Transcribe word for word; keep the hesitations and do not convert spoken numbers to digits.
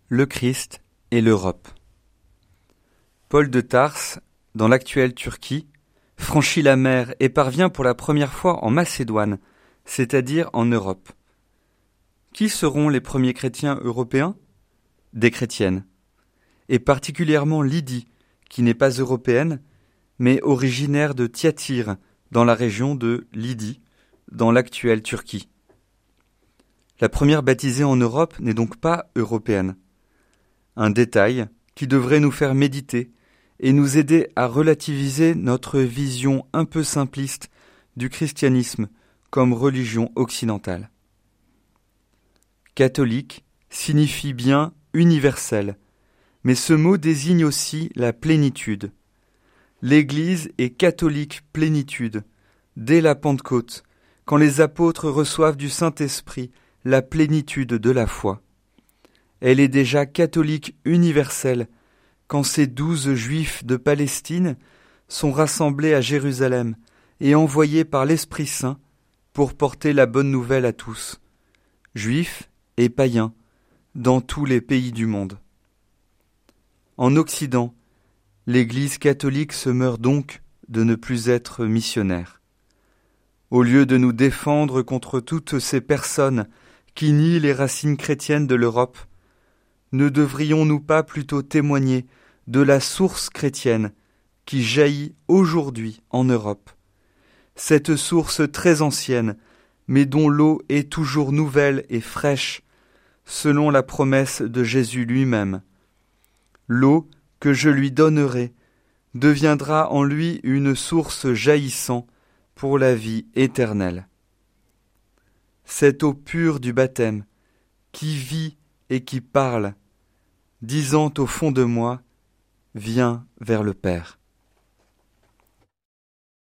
Le Christ et l'Europe. Paul de Tarse, dans l'actuelle Turquie, franchit la mer et parvient pour la première fois en Macédoine, c'est-à-dire en Europe. Qui seront les premiers chrétiens européens ? Des chrétiennes, et particulièrement Lydie, qui n'est pas européenne, mais originaire de Thyatire, dans la région de Lydie, dans l'actuelle Turquie. La première baptisée en Europe n'est donc pas européenne. Un détail qui devrait nous faire méditer et nous aider à relativiser notre vision un peu simpliste du christianisme comme religion occidentale. Catholique signifie bien universel, mais ce mot désigne aussi la plénitude. L'Église est catholique plénitude, dès la Pentecôte, quand les apôtres reçoivent du Saint-Esprit la plénitude de la foi. Elle est déjà catholique universelle quand ces douze Juifs de Palestine sont rassemblés à Jérusalem et envoyés par l'Esprit Saint pour porter la bonne nouvelle à tous, Juifs et païens, dans tous les pays du monde. En Occident, l'Église catholique se meurt donc de ne plus être missionnaire. Au lieu de nous défendre contre toutes ces personnes qui nient les racines chrétiennes de l'Europe, ne devrions-nous pas plutôt témoigner de la source chrétienne qui jaillit aujourd'hui en Europe, cette source très ancienne, mais dont l'eau est toujours nouvelle et fraîche, selon la promesse de Jésus lui-même. L'eau que je lui donnerai deviendra en lui une source jaillissant pour la vie éternelle. Cette eau pure du baptême, qui vit et qui parle, disant au fond de moi, viens vers le Père.